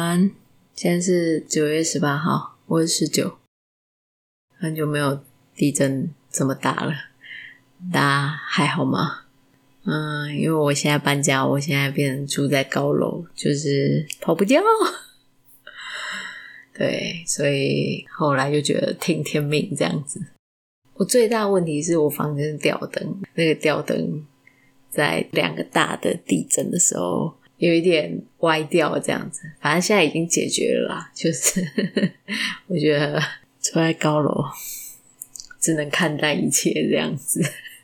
安，今天是9月18号，我是19，很久没有地震这么大了，大家还好吗？因为我现在搬家，我现在变成住在高楼，就是跑不掉。对，所以后来就觉得听天命这样子。我最大的问题是我房间的吊灯，那个吊灯在2个大的地震的时候有一点歪掉这样子，反正现在已经解决了啦，就是我觉得住在高楼只能看淡一切这样子。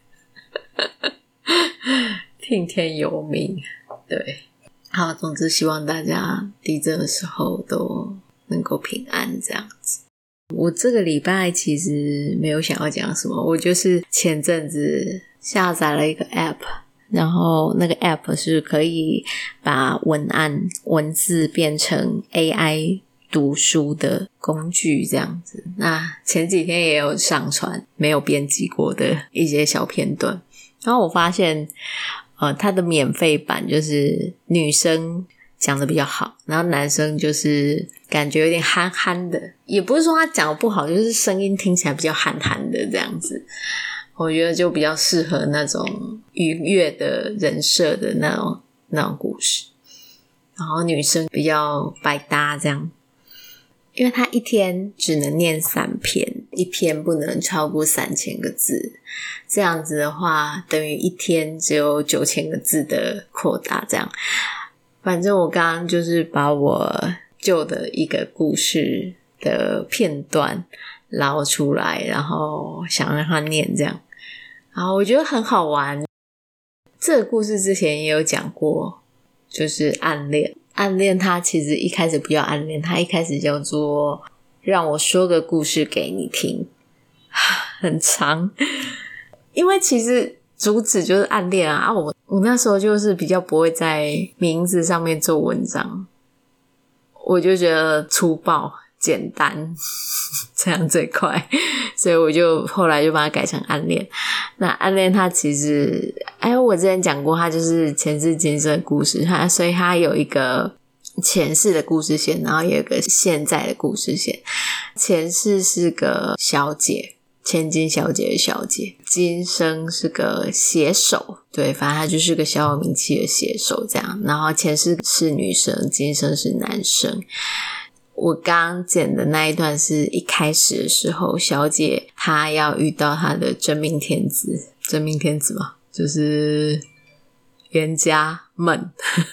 听天由命。对，好，总之希望大家地震的时候都能够平安这样子。我这个礼拜其实没有想要讲什么，我就是前阵子下载了一个 app， 然后那个 app 是可以把文字变成 AI 读书的工具这样子。那前几天也有上传没有编辑过的一些小片段，然后我发现它的免费版就是女生讲的比较好，然后男生就是感觉有点憨憨的，也不是说他讲的不好，就是声音听起来比较憨憨的这样子。我觉得就比较适合那种愉悦的人设的那种故事，然后女生比较百搭这样。因为他一天只能念3篇，一篇不能超过3000个字，这样子的话等于一天只有9000个字的扩大这样。反正我刚刚就是把我旧的一个故事的片段捞出来，然后想让他念这样，然后我觉得很好玩。这个故事之前也有讲过，就是暗恋它其实一开始不叫暗恋，它一开始叫做让我说个故事给你听。很长，因为其实主旨就是暗恋啊，我那时候就是比较不会在名字上面做文章，我就觉得粗暴简单这样最快，所以我就后来就把它改成暗恋。那暗恋它其实我之前讲过，它就是前世今生的故事，所以它有一个前世的故事线，然后也有一个现在的故事线。前世是个小姐，千金小姐的小姐，今生是个写手，对，反正她就是个小有名气的写手这样。然后前世是女生，今生是男生。我刚剪的那一段是一开始的时候，小姐她要遇到她的真命天子嘛，就是冤家们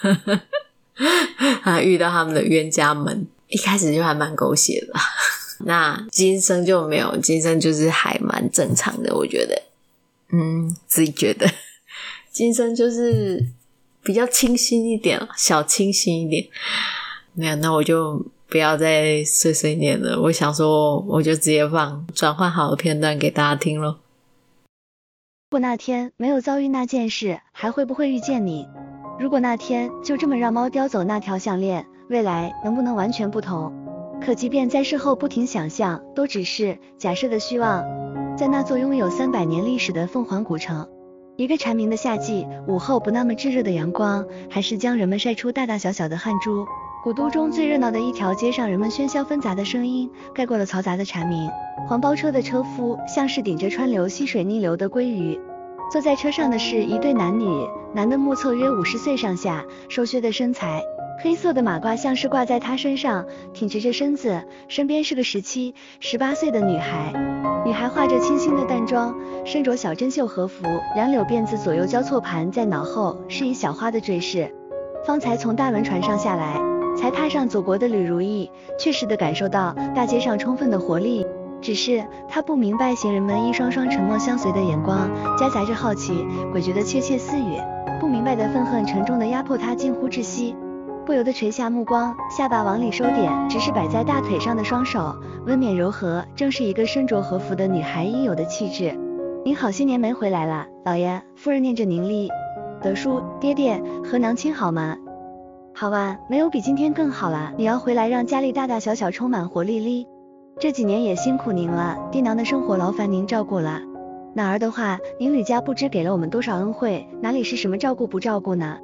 她遇到他们的冤家们，一开始就还蛮狗血的啦。那今生就没有，今生就是还蛮正常的，我觉得自己觉得今生就是比较清新一点，小清新一点。没有，那我就不要再碎碎念了，我想说我就直接放转换好的片段给大家听咯。 如果那天没有遭遇那件事，还会不会遇见你？如果那天就这么让猫叼走那条项链，未来能不能完全不同？可即便在事后不停想象，都只是假设的虚妄。在那座拥有300年历史的凤凰古城，一个蝉鸣的夏季，午后不那么炙热的阳光，还是将人们晒出大大小小的汗珠。古都中最热闹的一条街上，人们喧嚣纷杂的声音盖过了嘈杂的蝉鸣。黄包车的车夫像是顶着川流溪水逆流的鲑鱼。坐在车上的是一对男女，男的目测约50岁上下，瘦削的身材，黑色的马褂像是挂在他身上，挺直着身子，身边是个17、18岁的女孩。女孩化着清新的淡妆，身着小针绣和服，2绺辫子左右交错盘在脑后，是以小花的坠饰。方才从大轮船上下来，才踏上祖国的旅如意，确实地感受到大街上充分的活力。只是他不明白行人们一双双沉默相随的眼光，夹杂着好奇诡谲的窃窃私语，不明白的愤恨沉重地压迫他近乎窒息，不由得垂下目光，下巴往里收点，直视摆在大腿上的双手，温冕柔和，正是一个身着和服的女孩应有的气质。您好些年没回来了，老爷。夫人念着凝厉的书，爹爹和娘亲好吗？好啊，没有比今天更好了。你要回来让家里大大小小充满活力哩。这几年也辛苦您了，爹娘的生活劳烦您照顾了。哪儿的话，您吕家不知给了我们多少恩惠，哪里是什么照顾不照顾呢？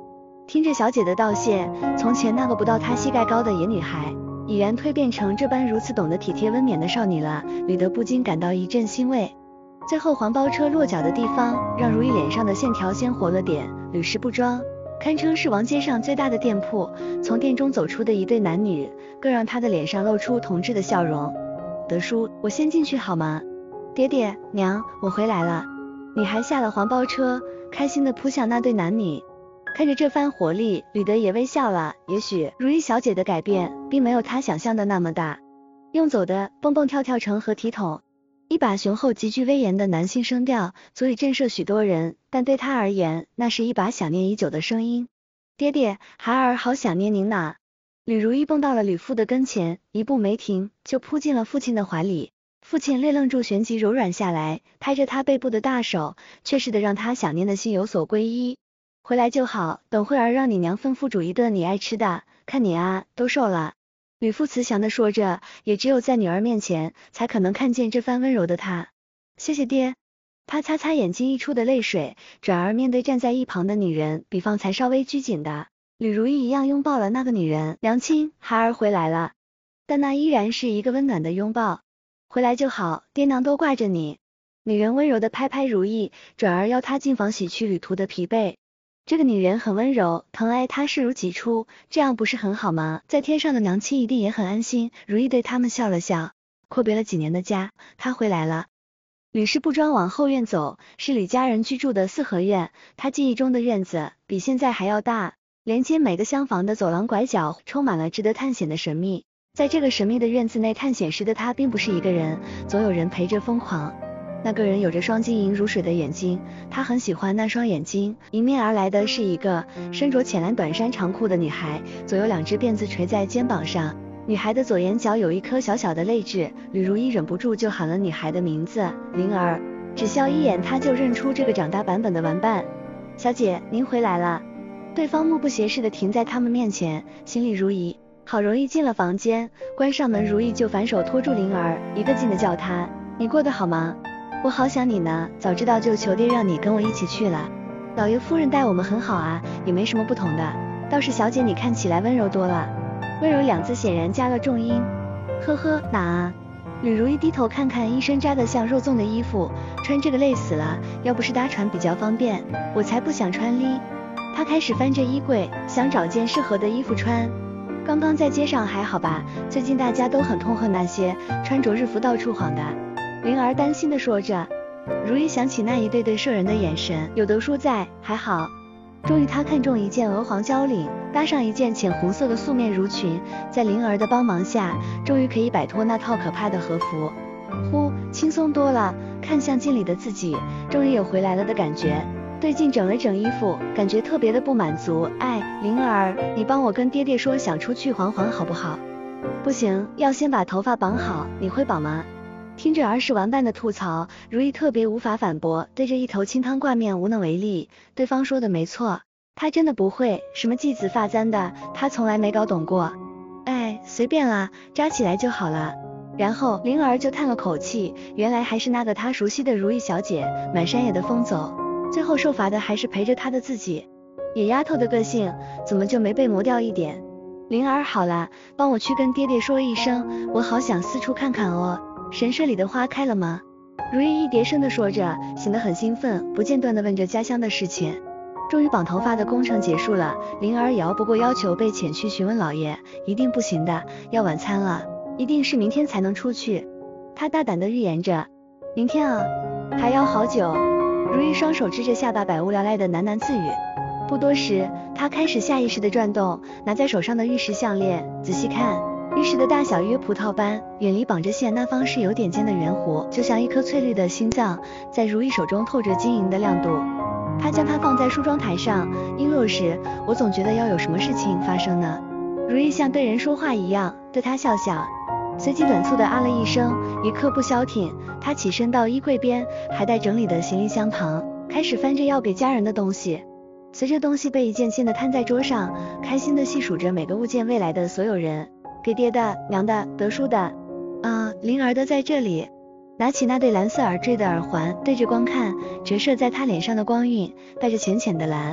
听着小姐的道谢，从前那个不到她膝盖高的野女孩，已然蜕变成这般如此懂得体贴温勉的少女了，吕德不禁感到一阵欣慰。最后黄包车落脚的地方，让如意脸上的线条鲜活了点，屡试不装，堪称是王街上最大的店铺。从店中走出的一对男女，更让她的脸上露出同志的笑容。德叔，我先进去好吗？爹爹娘，我回来了。女孩下了黄包车，开心地扑向那对男女。看着这番活力，吕德也微笑了。也许如意小姐的改变并没有她想象的那么大，用走的蹦蹦跳跳成何体统。一把雄厚极具威严的男性声调，足以震慑许多人，但对他而言，那是一把想念已久的声音。爹爹，孩儿好想念您呐！吕如意蹦到了吕父的跟前，一步没停，就扑进了父亲的怀里。父亲略愣住，旋即柔软下来，拍着他背部的大手，确实的让他想念的心有所归依。回来就好，等会儿让你娘吩咐煮一顿你爱吃的，看你啊，都瘦了。吕父慈祥地说着，也只有在女儿面前，才可能看见这番温柔的他。谢谢爹。他擦擦眼睛溢出的泪水，转而面对站在一旁的女人，比方才稍微拘谨的吕如意一样拥抱了那个女人。娘亲，孩儿回来了。但那依然是一个温暖的拥抱。回来就好，爹娘都挂着你。女人温柔地拍拍如意，转而邀她进房洗去旅途的疲惫。这个女人很温柔，疼爱她视如己出，这样不是很好吗？在天上的娘亲一定也很安心。如意对他们笑了笑，阔别了几年的家，她回来了。吕氏不装往后院走，是吕家人居住的四合院，他记忆中的院子比现在还要大，连接每个厢房的走廊拐角充满了值得探险的神秘。在这个神秘的院子内探险时的他并不是一个人，总有人陪着疯狂。那个人有着双晶莹如水的眼睛，他很喜欢那双眼睛。迎面而来的是一个身着浅蓝短衫长裤的女孩，左右两只辫子垂在肩膀上，女孩的左眼角有一颗小小的泪痣。吕如意忍不住就喊了女孩的名字，灵儿。只笑一眼，她就认出这个长大版本的玩伴。小姐，您回来了。对方目不斜视的停在他们面前，心里如疑。好容易进了房间，关上门，如意就反手拖住灵儿，一个劲的叫她，你过得好吗？我好想你呢，早知道就求爹让你跟我一起去了。老爷夫人待我们很好啊，也没什么不同的，倒是小姐你看起来温柔多了。温柔两字显然加了重音。呵呵，哪啊？吕如意低头看看一身扎得像肉粽的衣服，穿这个累死了，要不是搭船比较方便，我才不想穿哩。她开始翻着衣柜，想找件适合的衣服穿。刚刚在街上还好吧，最近大家都很痛恨那些穿着日服到处晃的。灵儿担心地说着。如意想起那一对对摄人的眼神，有德叔在，还好。终于她看中一件鹅黄交领，搭上一件浅红色的素面襦裙，在灵儿的帮忙下，终于可以摆脱那套可怕的和服。呼，轻松多了，看向镜里的自己，终于有回来了的感觉。对镜整了整衣服，感觉特别的不满足。哎，灵儿，你帮我跟爹爹说想出去晃晃好不好？不行，要先把头发绑好，你会绑吗？听着儿时玩伴的吐槽，如意特别无法反驳，对着一头清汤挂面无能为力。对方说的没错，他真的不会，什么髻子发簪的，他从来没搞懂过。哎，随便啦，扎起来就好了。然后灵儿就叹了口气，原来还是那个他熟悉的如意小姐，满山野的疯走，最后受罚的还是陪着他的自己。野丫头的个性怎么就没被磨掉一点？灵儿，好了，帮我去跟爹爹说一声，我好想四处看看哦。神社里的花开了吗？如意一叠声地说着，显得很兴奋，不间断地问着家乡的事情。终于绑头发的工程结束了，灵儿也熬不过要求被遣去询问老爷，一定不行的，要晚餐了，一定是明天才能出去。她大胆地预言着。明天啊，还要好久。如意双手支着下巴，百无聊赖地喃喃自语。不多时，她开始下意识地转动拿在手上的玉石项链，仔细看，玉石的大小约葡萄般，远离绑着线那方是有点尖的圆弧，就像一颗翠绿的心脏，在如意手中透着晶莹的亮度。她将它放在梳妆台上，璎珞时，我总觉得要有什么事情发生呢。如意像对人说话一样，对他笑笑，随即短促的啊了一声，一刻不消停。她起身到衣柜边还待整理的行李箱旁，开始翻着要给家人的东西。随着东西被一件件的摊在桌上，开心的细数着每个物件未来的所有人，给爹的、娘的、德叔的，灵儿的在这里。拿起那对蓝色耳坠的耳环，对着光看，折射在她脸上的光晕带着浅浅的蓝，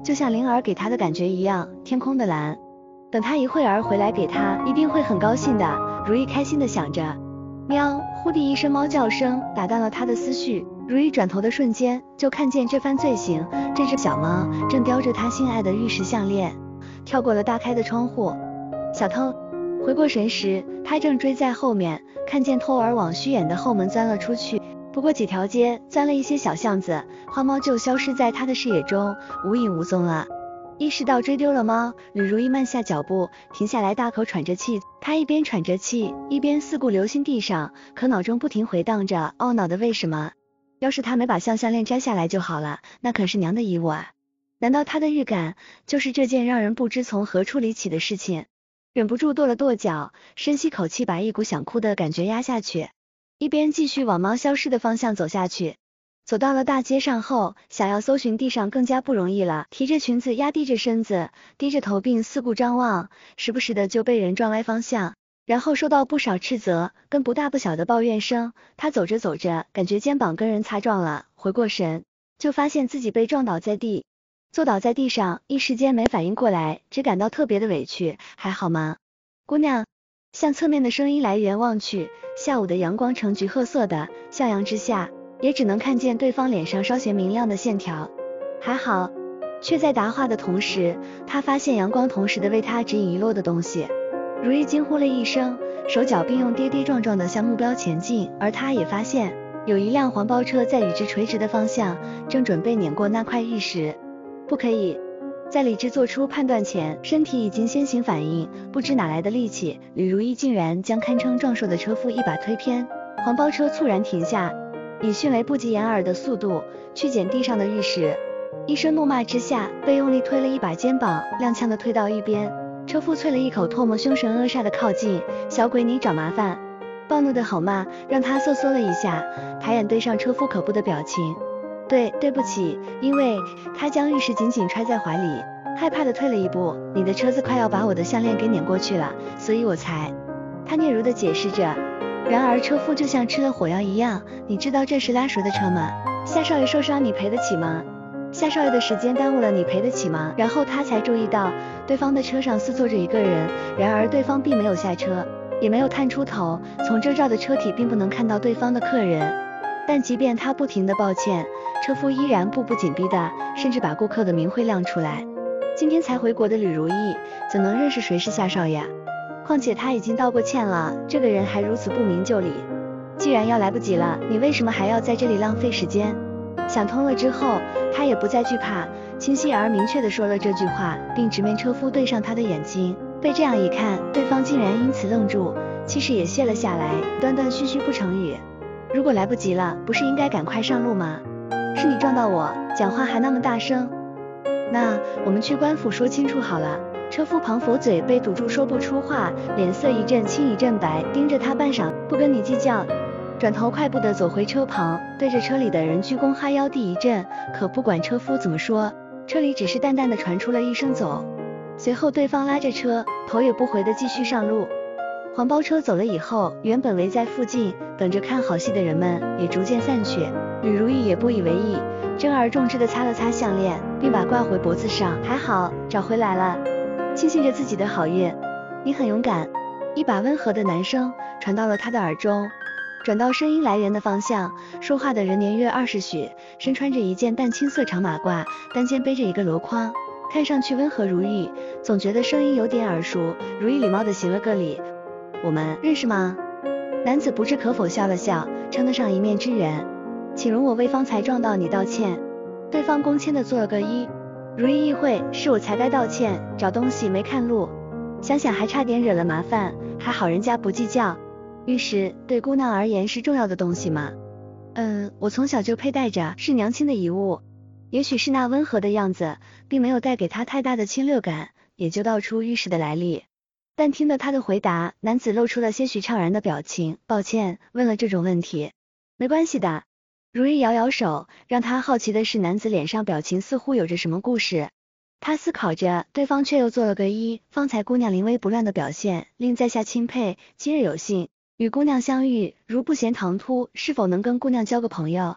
就像灵儿给他的感觉一样，天空的蓝。等他一会儿回来给他，一定会很高兴的。如意开心的想着。喵！忽地一声猫叫声打断了他的思绪。如意转头的瞬间，就看见这番罪行，这只小猫正叼着他心爱的玉石项链，跳过了大开的窗户。小偷！回过神时，他正追在后面，看见偷儿往虚掩的后门钻了出去。不过几条街，钻了一些小巷子，花猫就消失在他的视野中，无影无踪了。意识到追丢了猫，吕如意慢下脚步，停下来大口喘着气。他一边喘着气，一边四顾留心地上，可脑中不停回荡着懊恼的为什么。要是他没把项链摘下来就好了，那可是娘的遗物啊！难道他的预感就是这件让人不知从何处理起的事情？忍不住跺了跺脚，深吸口气，把一股想哭的感觉压下去，一边继续往猫消失的方向走下去。走到了大街上后，想要搜寻地上更加不容易了。提着裙子，压低着身子，低着头并四顾张望，时不时的就被人撞歪方向，然后受到不少斥责跟不大不小的抱怨声。他走着走着，感觉肩膀跟人擦撞了，回过神就发现自己被撞倒在地，坐倒在地上，一时间没反应过来，只感到特别的委屈。还好吗，姑娘？向侧面的声音来源望去，下午的阳光呈橘褐色的，向阳之下也只能看见对方脸上稍显明亮的线条。还好。却在答话的同时，他发现阳光同时的为他指引遗落的东西。如意惊呼了一声，手脚并用跌跌撞撞的向目标前进，而他也发现有一辆黄包车在与之垂直的方向，正准备碾过那块玉石。不可以！在理智做出判断前，身体已经先行反应，不知哪来的力气，吕如意竟然将堪称壮硕的车夫一把推偏，黄包车猝然停下，以迅雷不及掩耳的速度去捡地上的玉石。一声怒骂之下，被用力推了一把肩膀，踉跄的推到一边。车夫啐了一口唾沫，凶神恶煞的靠近，小鬼你找麻烦！暴怒的吼骂让他瑟缩了一下，抬眼对上车夫可怖的表情。对不起，因为他将玉石紧紧揣在怀里，害怕的退了一步。你的车子快要把我的项链给碾过去了，所以我才……他嗫嚅的解释着。然而车夫就像吃了火药一样，你知道这是拉熟的车吗？夏少爷受伤你赔得起吗？夏少爷的时间耽误了你赔得起吗？然后他才注意到对方的车上似坐着一个人，然而对方并没有下车，也没有探出头，从遮罩的车体并不能看到对方的客人。但即便他不停的抱歉，车夫依然步步紧逼的，甚至把顾客的名讳亮出来。今天才回国的吕如意怎能认识谁是夏少爷？况且他已经道过歉了，这个人还如此不明就里。既然要来不及了，你为什么还要在这里浪费时间？想通了之后，他也不再惧怕，清晰而明确地说了这句话，并直面车夫对上他的眼睛。被这样一看，对方竟然因此愣住，气势也泄了下来，断断续续不成语。如果来不及了，不是应该赶快上路吗？是你撞到我，讲话还那么大声。那我们去官府说清楚好了。车夫庞佛嘴被堵住，说不出话，脸色一阵青一阵白，盯着他半晌，不跟你计较。转头快步地走回车旁，对着车里的人鞠躬哈腰地一阵，可不管车夫怎么说，车里只是淡淡地传出了一声走。随后对方拉着车，头也不回地继续上路。黄包车走了以后，原本围在附近等着看好戏的人们也逐渐散去。吕如意也不以为意，珍而重之地擦了擦项链，并把挂回脖子上。还好找回来了，庆幸着自己的好运。你很勇敢。一把温和的男声传到了他的耳中。转到声音来源的方向，说话的人年约20许，身穿着一件淡青色长马褂，单肩背着一个箩筐，看上去温和如玉，总觉得声音有点耳熟。如意礼貌地行了个礼。我们认识吗？男子不置可否笑了笑，称得上一面之缘。请容我为方才撞到你道歉。对方恭谦地做了个揖。如意意会，是我才该道歉，找东西没看路，想想还差点惹了麻烦，还好人家不计较。玉石对姑娘而言是重要的东西吗？我从小就佩戴着，是娘亲的遗物。也许是那温和的样子，并没有带给他太大的侵略感，也就道出玉石的来历。但听了他的回答，男子露出了些许怅然的表情。抱歉，问了这种问题。没关系的。如意摇摇手，让他好奇的是男子脸上表情似乎有着什么故事。他思考着，对方却又做了个揖。方才姑娘临危不乱的表现，令在下钦佩。今日有幸与姑娘相遇，如不嫌唐突，是否能跟姑娘交个朋友？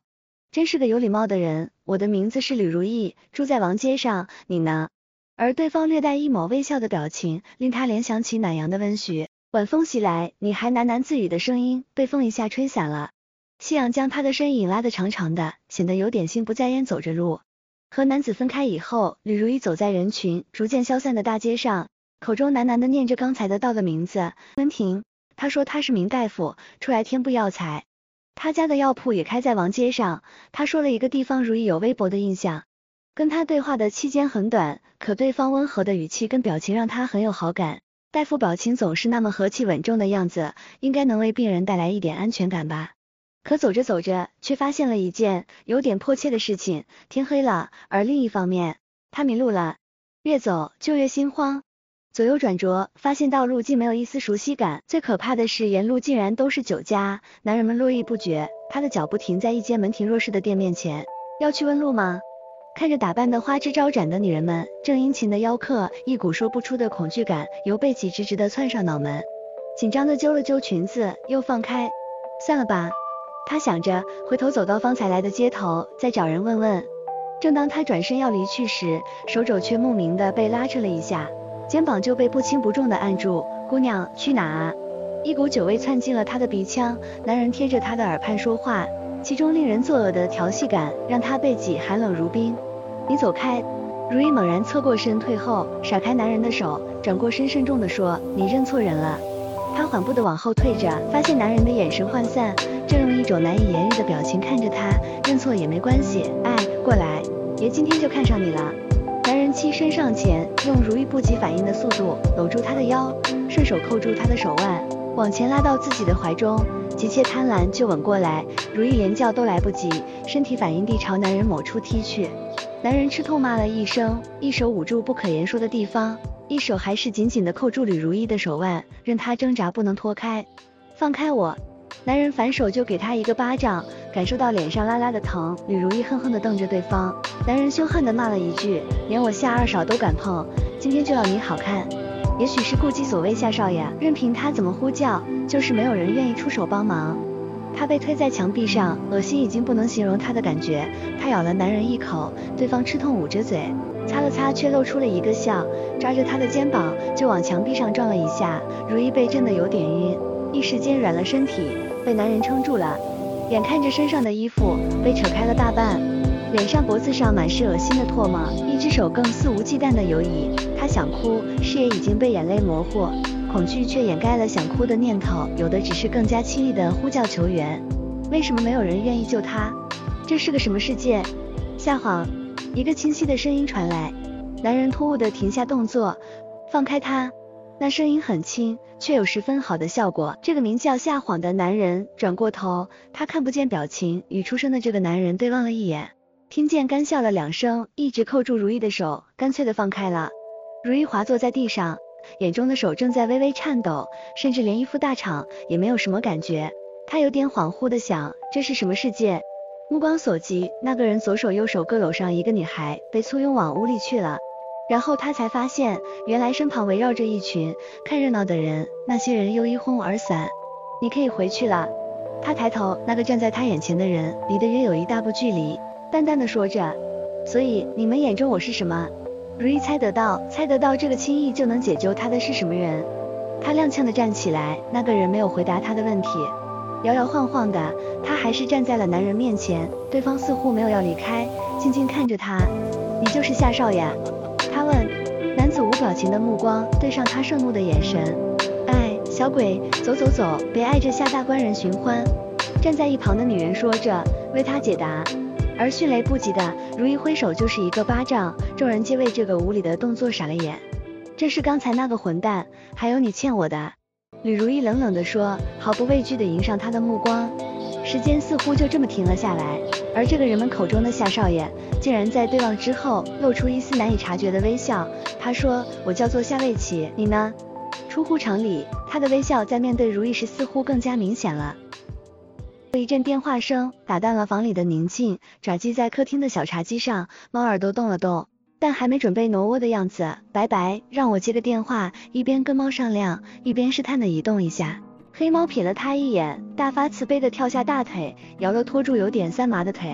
真是个有礼貌的人，我的名字是吕如意，住在王街上，你呢？而对方略带一抹微笑的表情，令他联想起暖阳的温煦。晚风袭来，女孩喃喃自语的声音被风一下吹散了，夕阳将她的身影拉得长长的，显得有点心不在焉走着路。和男子分开以后，吕如意走在人群逐渐消散的大街上，口中喃喃地念着刚才的道的名字，温庭。他说他是名大夫，出来添补药材。他家的药铺也开在王街上。他说了一个地方，如意有微薄的印象。跟他对话的期间很短，可对方温和的语气跟表情让他很有好感。大夫表情总是那么和气稳重的样子，应该能为病人带来一点安全感吧。可走着走着，却发现了一件有点迫切的事情，天黑了，而另一方面，他迷路了，越走就越心慌。左右转着，发现道路竟没有一丝熟悉感，最可怕的是沿路竟然都是酒家，男人们络绎不绝。他的脚步停在一间门庭若市的店面前，要去问路吗？看着打扮得花枝招展的女人们，正殷勤的邀客，一股说不出的恐惧感由背脊直直地窜上脑门，紧张地揪了揪裙子，又放开。算了吧，他想着，回头走到方才来的街头，再找人问问。正当他转身要离去时，手肘却莫名的被拉扯了一下，肩膀就被不轻不重的按住。姑娘，去哪啊？一股酒味窜进了他的鼻腔，男人贴着他的耳畔说话，其中令人作呕的调戏感让他背脊寒冷如冰。你走开！如意猛然侧过身退后，甩开男人的手，转过身慎重地说，你认错人了。他缓步地往后退着，发现男人的眼神涣散，正用一种难以言喻的表情看着他。认错也没关系，哎，过来，爷今天就看上你了。男人欺身上前，用如意不及反应的速度搂住她的腰，顺手扣住她的手腕，往前拉到自己的怀中，急切贪婪就吻过来。如意连叫都来不及，身体反应地朝男人某处踢去。男人吃痛骂了一声，一手捂住不可言说的地方，一手还是紧紧地扣住吕如意的手腕，任她挣扎不能脱开。放开我！男人反手就给她一个巴掌，感受到脸上辣辣的疼，吕如意恨恨地瞪着对方。男人凶悍地骂了一句，连我夏二嫂都敢碰，今天就要你好看。也许是顾及所谓夏少爷，任凭他怎么呼叫，就是没有人愿意出手帮忙。他被推在墙壁上，恶心已经不能形容他的感觉。他咬了男人一口，对方吃痛捂着嘴，擦了擦却露出了一个笑，抓着他的肩膀就往墙壁上撞了一下。如意被震得有点晕，一时间软了身体，被男人撑住了。眼看着身上的衣服被扯开了大半，脸上脖子上满是恶心的唾沫，一只手更肆无忌惮地游移。他想哭，视野已经被眼泪模糊，恐惧却掩盖了想哭的念头，有的只是更加凄厉的呼叫求援。为什么没有人愿意救他？这是个什么世界？夏晃，一个清晰的声音传来。男人突兀地停下动作，放开他。那声音很轻，却有十分好的效果。这个名叫夏晃的男人转过头，他看不见表情，与出声的这个男人对望了一眼，听见干笑了两声，一直扣住如意的手干脆地放开了。如意滑坐在地上，眼中的手正在微微颤抖，甚至连一副大氅也没有什么感觉。他有点恍惚地想，这是什么世界？目光所及，那个人左手右手各搂上一个女孩，被簇拥往屋里去了。然后他才发现，原来身旁围绕着一群看热闹的人，那些人又一哄而散。你可以回去了。他抬头，那个站在他眼前的人离得约有一大步距离，淡淡的说着，所以你们眼中我是什么？如意猜得到这个轻易就能解救他的是什么人。他踉跄地站起来，那个人没有回答他的问题，摇摇晃晃的，他还是站在了男人面前，对方似乎没有要离开，静静看着他。你就是夏少爷？他问。男子无表情的目光对上他盛怒的眼神。哎，小鬼，走走走，别碍着夏大官人寻欢。站在一旁的女人说着，为他解答。而迅雷不及的如意挥手就是一个巴掌，众人皆为这个无礼的动作傻了眼。这是刚才那个混蛋，还有你欠我的。吕如意冷冷地说，毫不畏惧地迎上他的目光。时间似乎就这么停了下来，而这个人们口中的夏少爷竟然在对望之后露出一丝难以察觉的微笑。他说，我叫做夏卫奇，你呢？出乎常理，他的微笑在面对如意时似乎更加明显了。一阵电话声打断了房里的宁静，爪击在客厅的小茶几上，猫耳朵动了动，但还没准备挪窝的样子。拜拜，让我接个电话，一边跟猫商量，一边试探地移动一下。黑猫瞥了他一眼，大发慈悲地跳下大腿，摇了拖住有点三麻的腿。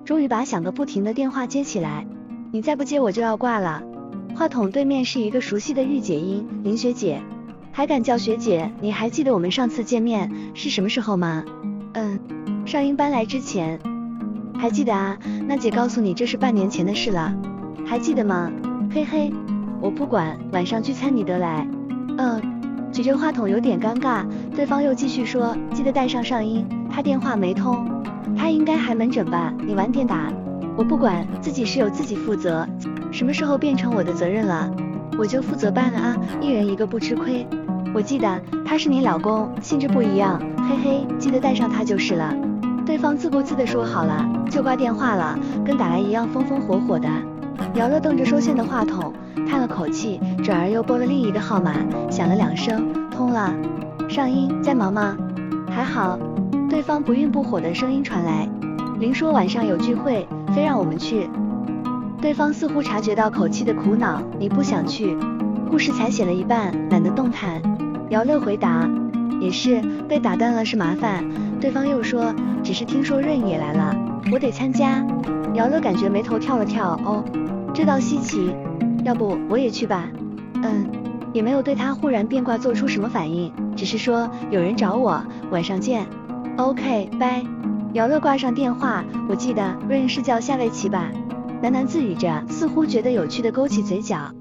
终于把响个不停的电话接起来。你再不接我就要挂了。话筒对面是一个熟悉的御姐音，林学姐。还敢叫学姐？你还记得我们上次见面是什么时候吗？上英搬来之前。还记得啊，那姐告诉你这是半年前的事了，还记得吗？嘿嘿，我不管，晚上聚餐你得来。举着话筒有点尴尬，对方又继续说，记得带上上音，他电话没通，他应该还门诊吧，你晚点打。我不管，自己事有自己负责，什么时候变成我的责任了，我就负责办了啊，一人一个不吃亏。我记得他是你老公，性质不一样，嘿嘿，记得带上他就是了。对方自顾自地说好了，就挂电话了，跟打来一样风风火火的。姚乐瞪着收线的话筒，叹了口气，转而又拨了另一个号码，响了2声，通了。上音，在忙吗？还好。对方不愠不火的声音传来，林说晚上有聚会，非让我们去。对方似乎察觉到口气的苦恼，你不想去？故事才写了一半，懒得动弹。姚乐回答，也是，被打断了是麻烦。对方又说，只是听说润也来了，我得参加。姚乐感觉眉头跳了跳，哦，这倒稀奇，要不我也去吧。也没有对他忽然变卦做出什么反应，只是说有人找我，晚上见。OK， 拜。姚乐挂上电话，我记得润是叫夏卫琪吧？喃喃自语着，似乎觉得有趣的勾起嘴角。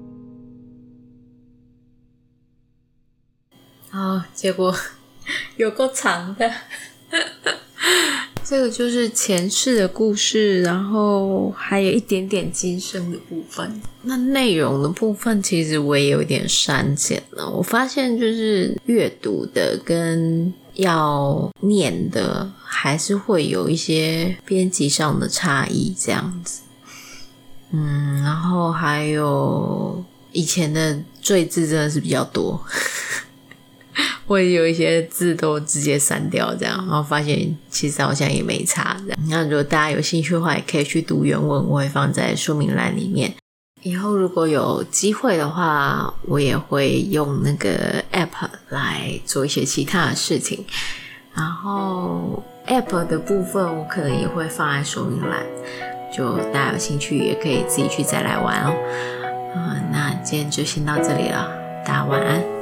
结果有够长的。这个就是前世的故事，然后还有一点点今生的部分。那内容的部分其实我也有点删减了，我发现就是阅读的跟要念的还是会有一些编辑上的差异这样子。然后还有以前的赘字真的是比较多。我也有一些字都直接删掉这样，然后发现其实好像也没差这样。那如果大家有兴趣的话，也可以去读原文，我会放在说明栏里面。以后如果有机会的话，我也会用那个 app 来做一些其他的事情。然后 app 的部分我可能也会放在说明栏，就大家有兴趣也可以自己去再来玩哦。那今天就先到这里了，大家晚安。